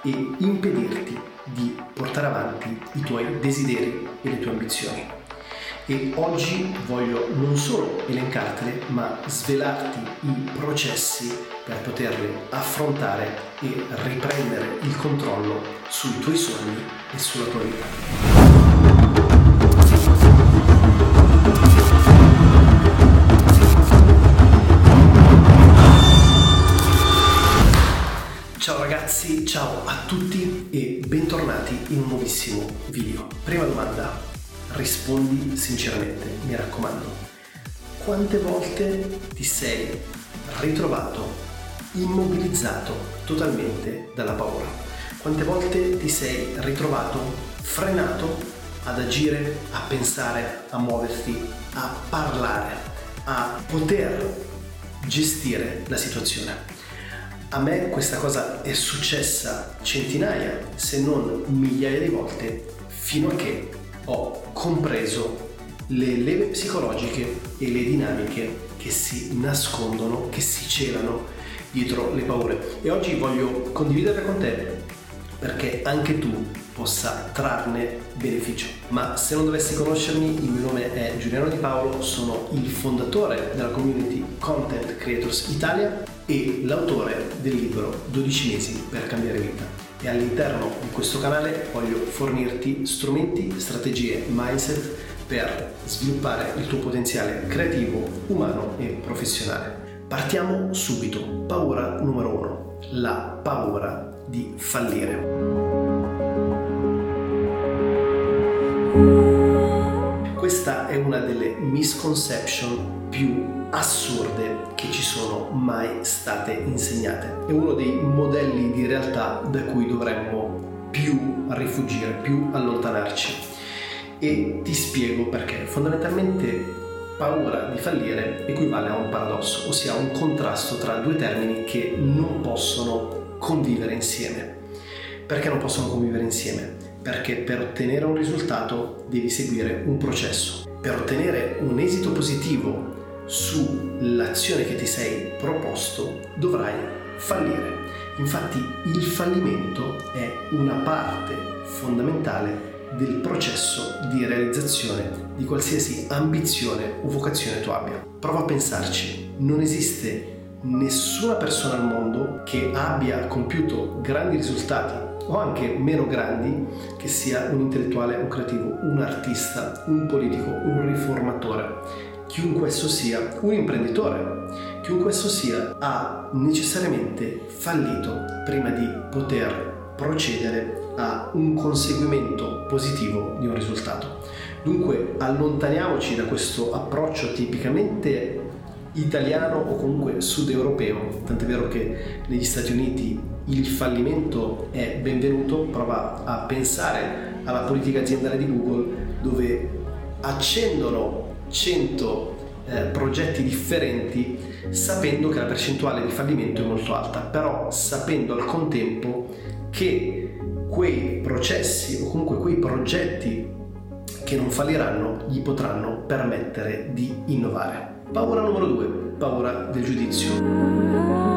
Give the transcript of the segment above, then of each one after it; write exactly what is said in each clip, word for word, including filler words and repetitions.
e impedirti di portare avanti i tuoi desideri e le tue ambizioni. E oggi voglio non solo elencartele, ma svelarti i processi per poterli affrontare e riprendere il controllo sui tuoi sogni e sulla tua vita. Ciao ragazzi, ciao a tutti e bentornati in un nuovissimo video. Prima domanda, rispondi sinceramente, mi raccomando. Quante volte ti sei ritrovato immobilizzato totalmente dalla paura? Quante volte ti sei ritrovato frenato ad agire, a pensare, a muoverti, a parlare, a poter gestire la situazione? A me questa cosa è successa centinaia, se non migliaia di volte, fino a che ho compreso le leve psicologiche e le dinamiche che si nascondono, che si celano dietro le paure. E oggi voglio condividerle con te perché anche tu possa trarne beneficio. Ma se non dovessi conoscermi, il mio nome è Giuliano Di Paolo, sono il fondatore della community Content Creators Italia e l'autore del libro dodici mesi per cambiare vita. E all'interno di questo canale voglio fornirti strumenti, strategie, mindset per sviluppare il tuo potenziale creativo, umano e professionale. Partiamo subito. Paura numero uno, la paura di fallire. Questa è una delle misconception più assurde che ci sono mai state insegnate. È uno dei modelli di realtà da cui dovremmo più rifugire, più allontanarci. E ti spiego perché. Fondamentalmente paura di fallire equivale a un paradosso, ossia un contrasto tra due termini che non possono convivere insieme. Perché non possono convivere insieme? Perché per ottenere un risultato devi seguire un processo. Per ottenere un esito positivo sull'azione che ti sei proposto dovrai fallire. Infatti il fallimento è una parte fondamentale del processo di realizzazione di qualsiasi ambizione o vocazione tu abbia. Prova a pensarci, non esiste nessuna persona al mondo che abbia compiuto grandi risultati o anche meno grandi, che sia un intellettuale, un creativo, un artista, un politico, un riformatore, chiunque esso sia, un imprenditore, chiunque esso sia, ha necessariamente fallito prima di poter procedere a un conseguimento positivo di un risultato. Dunque allontaniamoci da questo approccio tipicamente italiano o comunque sud europeo, tant'è vero che negli Stati Uniti il fallimento è benvenuto. Prova a pensare alla politica aziendale di Google, dove accendono cento eh, progetti differenti sapendo che la percentuale di fallimento è molto alta, però sapendo al contempo che quei processi o comunque quei progetti che non falliranno gli potranno permettere di innovare. Paura numero due, paura del giudizio.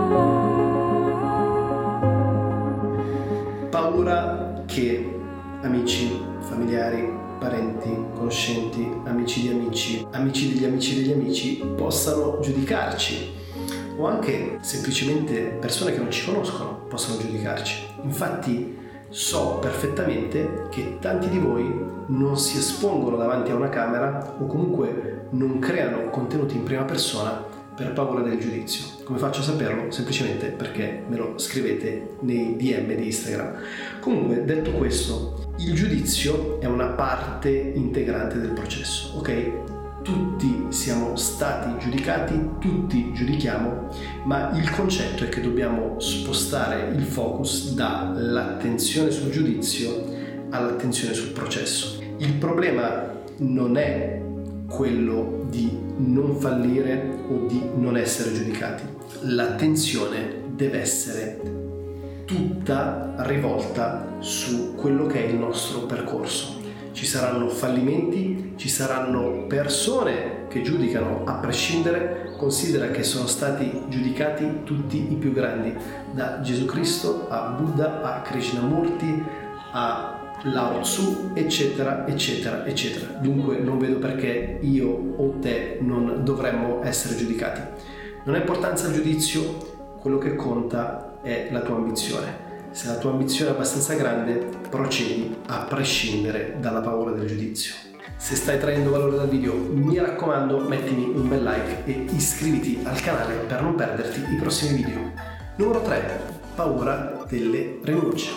Paura che amici, familiari, parenti, conoscenti, amici di amici, amici degli amici degli amici possano giudicarci, o anche semplicemente persone che non ci conoscono possano giudicarci. Infatti so perfettamente che tanti di voi non si espongono davanti a una camera o comunque non creano contenuti in prima persona per paura del giudizio. Come faccio a saperlo? Semplicemente perché me lo scrivete nei D M di Instagram. Comunque, detto questo, il giudizio è una parte integrante del processo, ok? Tutti siamo stati giudicati, tutti giudichiamo, ma il concetto è che dobbiamo spostare il focus dall'attenzione sul giudizio all'attenzione sul processo. Il problema non è quello di non fallire o di non essere giudicati. L'attenzione deve essere tutta rivolta su quello che è il nostro percorso. Ci saranno fallimenti, ci saranno persone che che giudicano a prescindere, considera che sono stati giudicati tutti i più grandi, da Gesù Cristo a Buddha a Krishnamurti a Lao Tzu, eccetera, eccetera, eccetera. Dunque non vedo perché io o te non dovremmo essere giudicati. Non ha importanza il giudizio, quello che conta è la tua ambizione. Se la tua ambizione è abbastanza grande, procedi a prescindere dalla paura del giudizio. Se stai traendo valore dal video, mi raccomando, mettimi un bel like e iscriviti al canale per non perderti i prossimi video. Numero tre. Paura delle rinunce.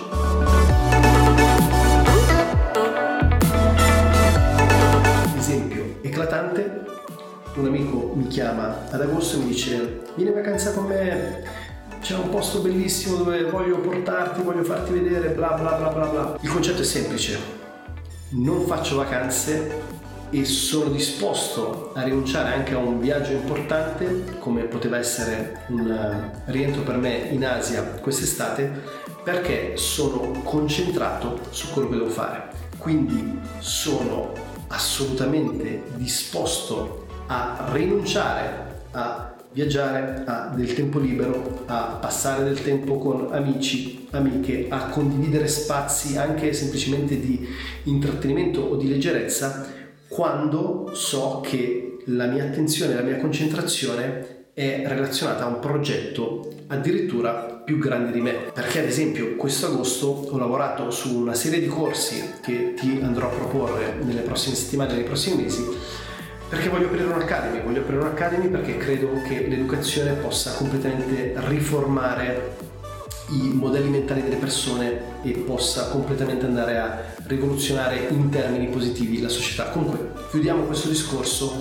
Esempio eclatante: un amico mi chiama ad agosto e mi dice: vieni in vacanza con me, c'è un posto bellissimo dove voglio portarti, voglio farti vedere, bla bla bla bla bla. Il concetto è semplice: non faccio vacanze e sono disposto a rinunciare anche a un viaggio importante, come poteva essere un rientro per me in Asia quest'estate, perché sono concentrato su quello che devo fare. Quindi sono assolutamente disposto a rinunciare a viaggiare, a del tempo libero, a passare del tempo con amici, amiche, a condividere spazi anche semplicemente di intrattenimento o di leggerezza, quando so che la mia attenzione, la mia concentrazione è relazionata a un progetto addirittura più grande di me. Perché ad esempio questo agosto ho lavorato su una serie di corsi che ti andrò a proporre nelle prossime settimane, nei prossimi mesi, perché voglio aprire un'Academy, voglio aprire un'Academy perché credo che l'educazione possa completamente riformare i modelli mentali delle persone e possa completamente andare a rivoluzionare in termini positivi la società. Comunque, chiudiamo questo discorso.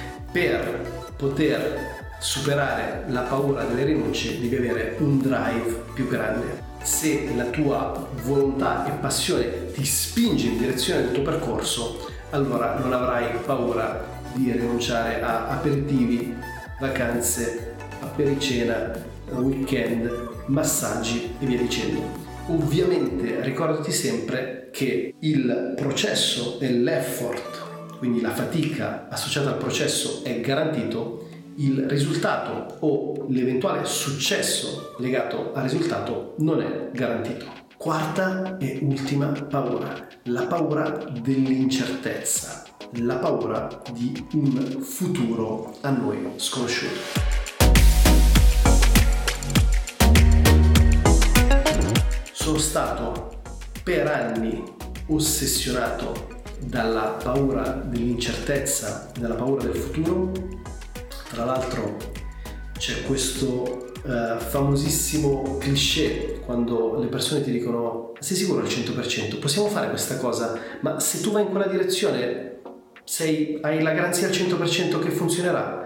Per poter superare la paura delle rinunce devi avere un drive più grande. Se la tua volontà e passione ti spinge in direzione del tuo percorso, allora non avrai paura di rinunciare a aperitivi, vacanze, apericena, weekend, massaggi e via dicendo. Ovviamente ricordati sempre che il processo e l'effort, quindi la fatica associata al processo, è garantito. Il risultato o l'eventuale successo legato al risultato non è garantito. Quarta e ultima paura, la paura dell'incertezza, la paura di un futuro a noi sconosciuto. Sono stato per anni ossessionato dalla paura dell'incertezza, dalla paura del futuro. Tra l'altro c'è questo uh, famosissimo cliché quando le persone ti dicono: sei sicuro al cento per cento? Possiamo fare questa cosa? Ma se tu vai in quella direzione sei, hai la garanzia al cento per cento che funzionerà?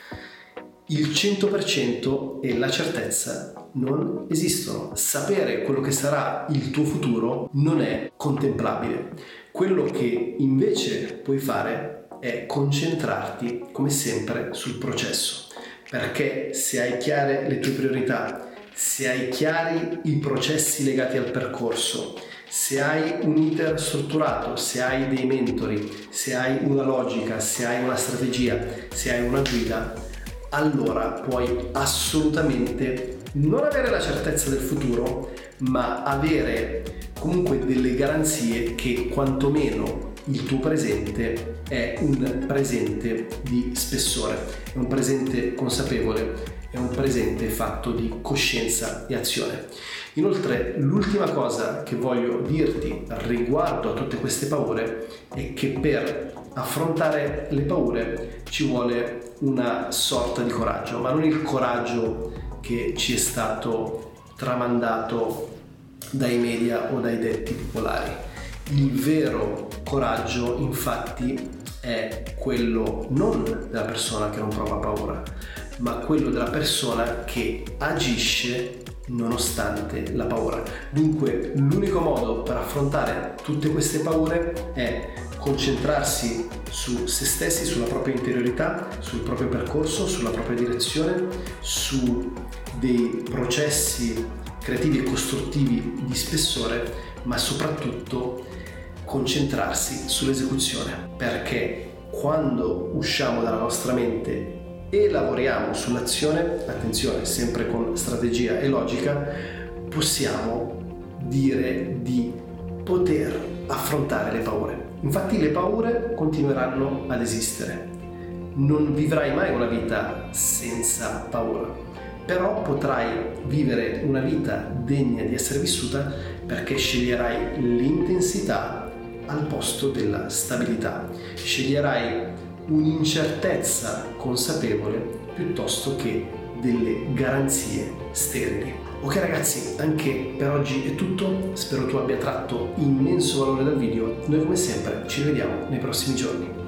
Il cento per cento e la certezza non esistono. Sapere quello che sarà il tuo futuro non è contemplabile. Quello che invece puoi fare è concentrarti, come sempre, sul processo. Perché se hai chiare le tue priorità, se hai chiari i processi legati al percorso, se hai un iter strutturato, se hai dei mentori, se hai una logica, se hai una strategia, se hai una guida, allora puoi assolutamente non avere la certezza del futuro, ma avere comunque delle garanzie che quantomeno il tuo presente è un presente di spessore, è un presente consapevole, è un presente fatto di coscienza e azione. Inoltre, l'ultima cosa che voglio dirti riguardo a tutte queste paure è che per affrontare le paure ci vuole una sorta di coraggio, ma non il coraggio che ci è stato tramandato dai media o dai detti popolari. Il vero coraggio, infatti, è quello non della persona che non prova paura, ma quello della persona che agisce nonostante la paura. Dunque, l'unico modo per affrontare tutte queste paure è concentrarsi su se stessi, sulla propria interiorità, sul proprio percorso, sulla propria direzione, su dei processi creativi e costruttivi di spessore, ma soprattutto concentrarsi sull'esecuzione, perché quando usciamo dalla nostra mente e lavoriamo sull'azione, attenzione, sempre con strategia e logica, possiamo dire di poter affrontare le paure. Infatti le paure continueranno ad esistere. Non vivrai mai una vita senza paura, però potrai vivere una vita degna di essere vissuta perché sceglierai l'intensità al posto della stabilità. Sceglierai un'incertezza consapevole piuttosto che delle garanzie sterili. Ok ragazzi, anche per oggi è tutto, spero tu abbia tratto immenso valore dal video. Noi come sempre ci vediamo nei prossimi giorni.